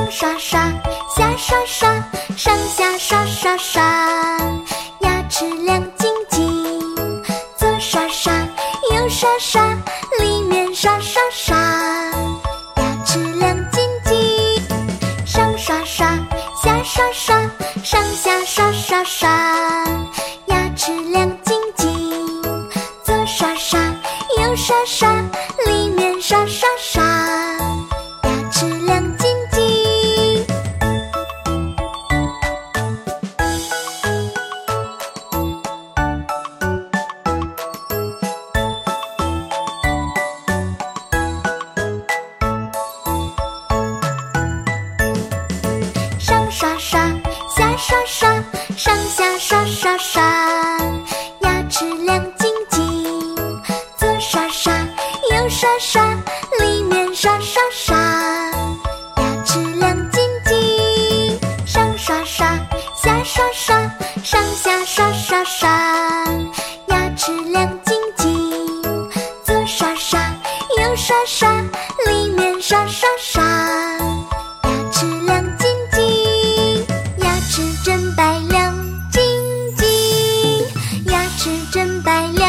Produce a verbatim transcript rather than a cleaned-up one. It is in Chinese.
刷刷，下刷刷，上下刷刷刷，牙齿亮晶晶。左刷刷，右刷刷，里面刷刷刷，牙齿亮晶晶。上刷刷，下刷刷，上下刷刷刷，牙齿亮晶晶。左刷刷，右刷刷，里面刷刷刷，牙齿亮晶晶。上刷刷，下刷刷，上下刷刷刷，牙齿亮晶晶。左刷刷，右刷刷，里面刷刷刷，牙齿亮晶晶。上刷刷，下刷刷，上下刷刷刷，牙齿亮晶晶。左刷刷，右刷刷，里面刷刷刷，牙齿亮晶晶。牙齿真白亮晶晶，牙齿真白亮。